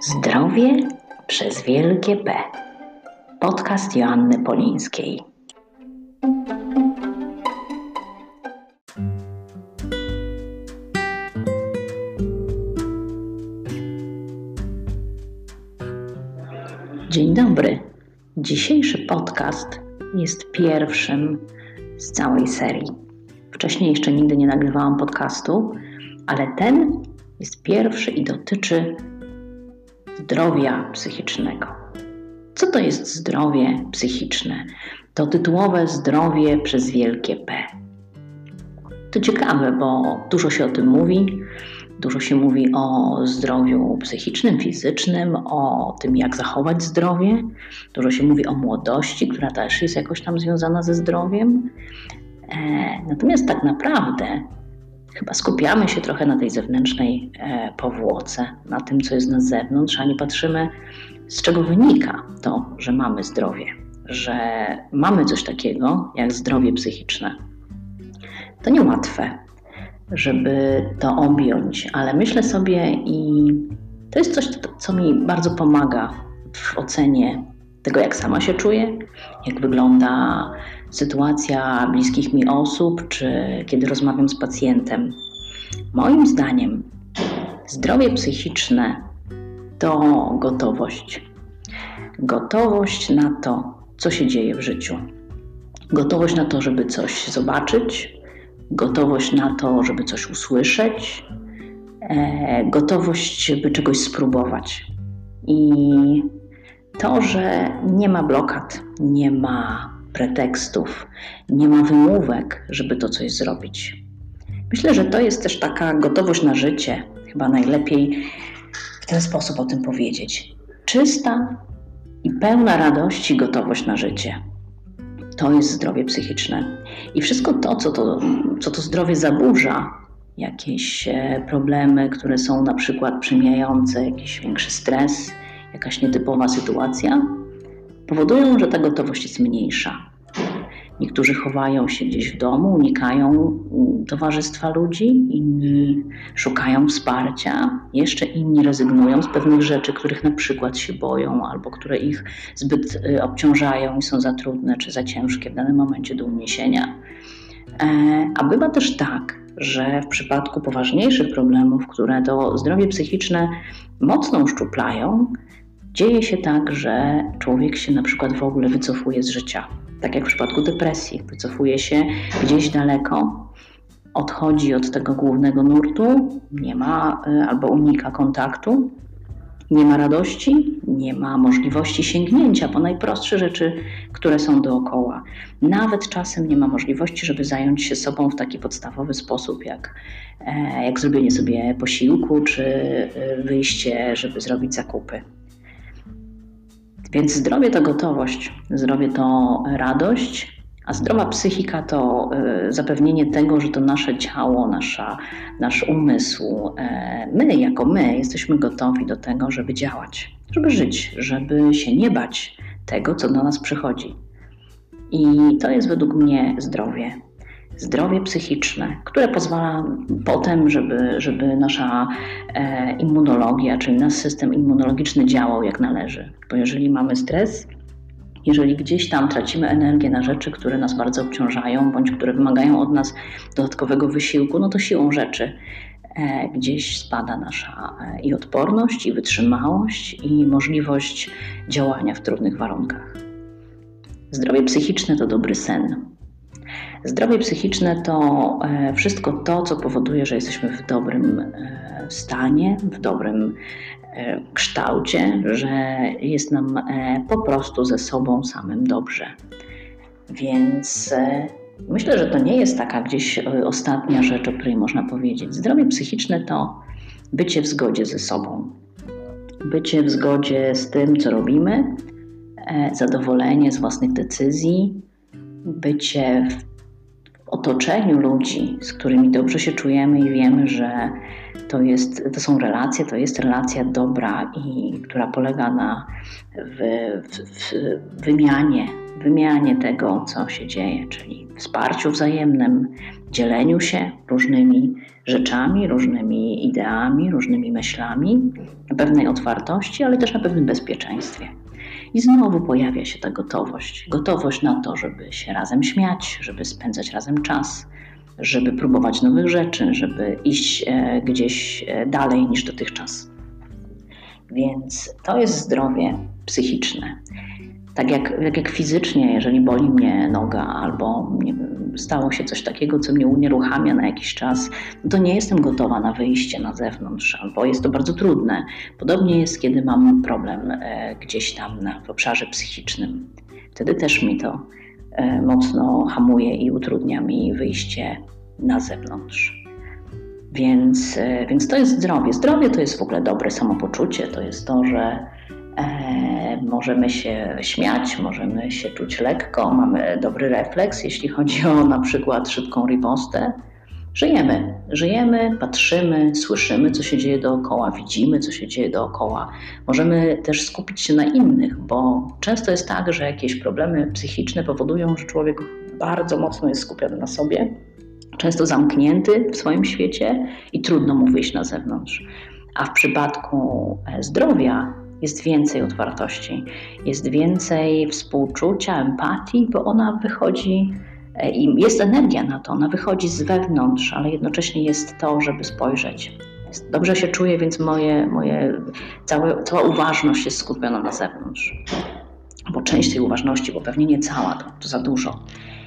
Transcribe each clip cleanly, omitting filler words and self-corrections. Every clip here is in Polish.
Zdrowie przez wielkie P. Podcast Joanny Polińskiej. Dzień dobry. Dzisiejszy podcast jest pierwszym z całej serii. Wcześniej jeszcze nigdy nie nagrywałam podcastu, ale ten jest pierwszy i dotyczy zdrowia psychicznego. Co to jest zdrowie psychiczne? To tytułowe zdrowie przez wielkie P. To ciekawe, bo dużo się o tym mówi. Dużo się mówi o zdrowiu psychicznym, fizycznym, o tym, jak zachować zdrowie. Dużo się mówi o młodości, która też jest jakoś tam związana ze zdrowiem. Natomiast tak naprawdę chyba skupiamy się trochę na tej zewnętrznej powłoce, na tym, co jest na zewnątrz, a nie patrzymy, z czego wynika to, że mamy zdrowie, że mamy coś takiego jak zdrowie psychiczne. To niełatwe, żeby to objąć, ale myślę sobie i to jest coś, co mi bardzo pomaga w ocenie tego, jak sama się czuję, jak wygląda sytuacja bliskich mi osób, czy kiedy rozmawiam z pacjentem. Moim zdaniem zdrowie psychiczne to gotowość. Gotowość na to, co się dzieje w życiu. Gotowość na to, żeby coś zobaczyć. Gotowość na to, żeby coś usłyszeć. Gotowość, by czegoś spróbować. I to, że nie ma blokad, nie ma pretekstów, nie ma wymówek, żeby to coś zrobić. Myślę, że to jest też taka gotowość na życie. Chyba najlepiej w ten sposób o tym powiedzieć. Czysta i pełna radości gotowość na życie. To jest zdrowie psychiczne. I wszystko to, co to zdrowie zaburza, jakieś problemy, które są na przykład przemijające, jakiś większy stres, jakaś nietypowa sytuacja, powodują, że ta gotowość jest mniejsza. Niektórzy chowają się gdzieś w domu, unikają towarzystwa ludzi, inni szukają wsparcia, jeszcze inni rezygnują z pewnych rzeczy, których na przykład się boją albo które ich zbyt obciążają i są za trudne czy za ciężkie w danym momencie do uniesienia. A bywa też tak, że w przypadku poważniejszych problemów, które to zdrowie psychiczne mocno uszczuplają, dzieje się tak, że człowiek się na przykład w ogóle wycofuje z życia. Tak jak w przypadku depresji. Wycofuje się gdzieś daleko, odchodzi od tego głównego nurtu, nie ma albo unika kontaktu, nie ma radości, nie ma możliwości sięgnięcia po najprostsze rzeczy, które są dookoła. Nawet czasem nie ma możliwości, żeby zająć się sobą w taki podstawowy sposób, jak zrobienie sobie posiłku, czy wyjście, żeby zrobić zakupy. Więc zdrowie to gotowość, zdrowie to radość, a zdrowa psychika to zapewnienie tego, że to nasze ciało, nasz umysł, my jesteśmy gotowi do tego, żeby działać, żeby żyć, żeby się nie bać tego, co do nas przychodzi. I to jest według mnie zdrowie. Zdrowie psychiczne, które pozwala potem, żeby nasza immunologia, czyli nasz system immunologiczny działał jak należy. Bo jeżeli mamy stres, jeżeli gdzieś tam tracimy energię na rzeczy, które nas bardzo obciążają, bądź które wymagają od nas dodatkowego wysiłku, no to siłą rzeczy gdzieś spada nasza i odporność, i wytrzymałość, i możliwość działania w trudnych warunkach. Zdrowie psychiczne to dobry sen. Zdrowie psychiczne to wszystko to, co powoduje, że jesteśmy w dobrym stanie, w dobrym kształcie, że jest nam po prostu ze sobą samym dobrze. Więc myślę, że to nie jest taka gdzieś ostatnia rzecz, o której można powiedzieć. Zdrowie psychiczne to bycie w zgodzie ze sobą. Bycie w zgodzie z tym, co robimy, zadowolenie z własnych decyzji, bycie w otoczeniu ludzi, z którymi dobrze się czujemy i wiemy, że to są relacje, to jest relacja dobra i która polega na wymianie wymianie tego, co się dzieje, czyli wsparciu wzajemnym, dzieleniu się różnymi rzeczami, różnymi ideami, różnymi myślami, na pewnej otwartości, ale też na pewnym bezpieczeństwie. I znowu pojawia się ta gotowość. Gotowość na to, żeby się razem śmiać, żeby spędzać razem czas, żeby próbować nowych rzeczy, żeby iść gdzieś dalej niż dotychczas. Więc to jest zdrowie psychiczne. Tak jak fizycznie, jeżeli boli mnie noga albo stało się coś takiego, co mnie unieruchamia na jakiś czas, to nie jestem gotowa na wyjście na zewnątrz, albo jest to bardzo trudne. Podobnie jest, kiedy mam problem gdzieś tam w obszarze psychicznym. Wtedy też mi to mocno hamuje i utrudnia mi wyjście na zewnątrz. Więc to jest zdrowie. Zdrowie to jest w ogóle dobre samopoczucie, to jest to, że możemy się śmiać, możemy się czuć lekko, mamy dobry refleks, jeśli chodzi o na przykład szybką ripostę. Żyjemy, patrzymy, słyszymy, co się dzieje dookoła, widzimy, co się dzieje dookoła. Możemy też skupić się na innych, bo często jest tak, że jakieś problemy psychiczne powodują, że człowiek bardzo mocno jest skupiony na sobie, często zamknięty w swoim świecie i trudno mu wyjść na zewnątrz. A w przypadku zdrowia jest więcej otwartości, jest więcej współczucia, empatii, bo ona wychodzi i jest energia na to, ona wychodzi z wewnątrz, ale jednocześnie jest to, żeby spojrzeć. Dobrze się czuję, więc cała uważność jest skupiona na zewnątrz. Bo część tej uważności, bo pewnie nie cała, to za dużo.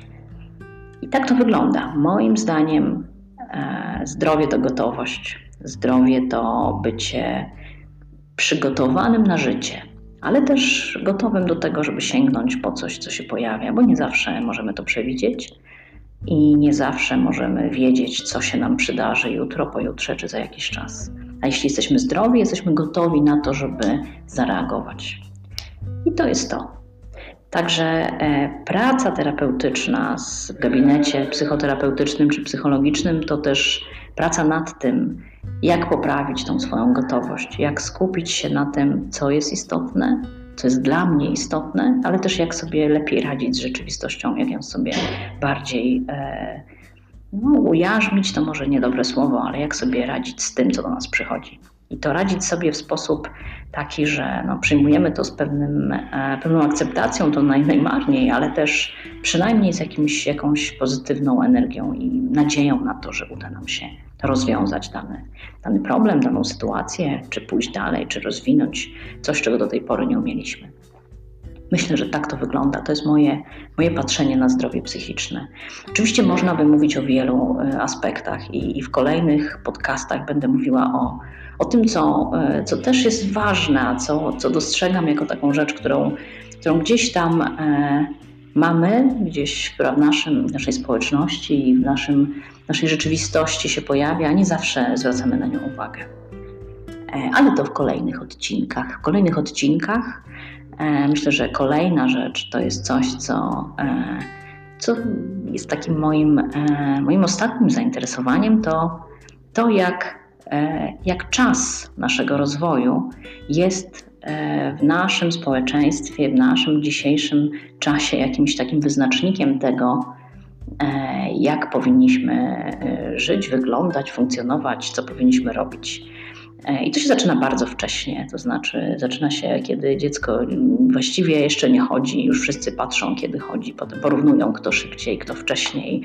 I tak to wygląda. Moim zdaniem zdrowie to gotowość. Zdrowie to bycie przygotowanym na życie, ale też gotowym do tego, żeby sięgnąć po coś, co się pojawia, bo nie zawsze możemy to przewidzieć i nie zawsze możemy wiedzieć, co się nam przydarzy jutro, pojutrze czy za jakiś czas. A jeśli jesteśmy zdrowi, jesteśmy gotowi na to, żeby zareagować. I to jest to. Także praca terapeutyczna w gabinecie psychoterapeutycznym czy psychologicznym to też praca nad tym, jak poprawić tą swoją gotowość, jak skupić się na tym, co jest istotne, co jest dla mnie istotne, ale też jak sobie lepiej radzić z rzeczywistością, jak ją sobie bardziej ujarzmić, to może niedobre słowo, ale jak sobie radzić z tym, co do nas przychodzi. I to radzić sobie w sposób taki, że przyjmujemy to z pewną akceptacją, to najmarniej, ale też przynajmniej z jakąś pozytywną energią i nadzieją na to, że uda nam się rozwiązać dany problem, daną sytuację, czy pójść dalej, czy rozwinąć coś, czego do tej pory nie umieliśmy. Myślę, że tak to wygląda. To jest moje patrzenie na zdrowie psychiczne. Oczywiście można by mówić o wielu aspektach i w kolejnych podcastach będę mówiła o tym, co też jest ważne, a co dostrzegam jako taką rzecz, którą gdzieś tam mamy, która w naszej społeczności i w naszej rzeczywistości się pojawia, a nie zawsze zwracamy na nią uwagę. Ale to w kolejnych odcinkach. W kolejnych odcinkach myślę, że kolejna rzecz to jest coś, co jest takim moim ostatnim zainteresowaniem, to jak czas naszego rozwoju jest w naszym społeczeństwie, w naszym dzisiejszym czasie jakimś takim wyznacznikiem tego, jak powinniśmy żyć, wyglądać, funkcjonować, co powinniśmy robić. I to się zaczyna bardzo wcześnie, to znaczy zaczyna się, kiedy dziecko właściwie jeszcze nie chodzi, już wszyscy patrzą, kiedy chodzi, potem porównują, kto szybciej, kto wcześniej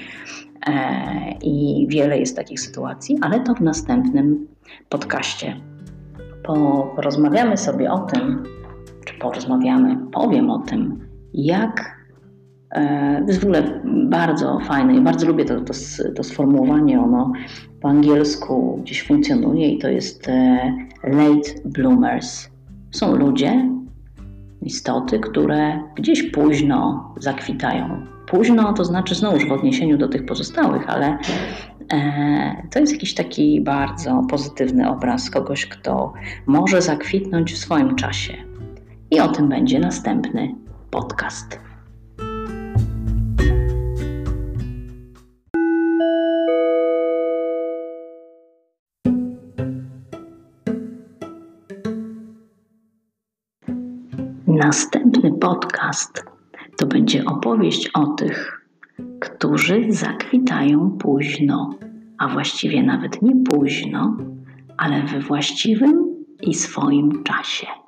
i wiele jest takich sytuacji, ale to w następnym podcaście. Porozmawiamy sobie o tym, powiem o tym, jak to jest w ogóle bardzo fajne i bardzo lubię to sformułowanie, ono po angielsku gdzieś funkcjonuje i to jest late bloomers. Są ludzie, istoty, które gdzieś późno zakwitają. Późno to znaczy znowuż w odniesieniu do tych pozostałych, ale to jest jakiś taki bardzo pozytywny obraz kogoś, kto może zakwitnąć w swoim czasie. I o tym będzie następny podcast. Następny podcast To będzie opowieść o tych, którzy zakwitają późno, a właściwie nawet nie późno, ale we właściwym i swoim czasie.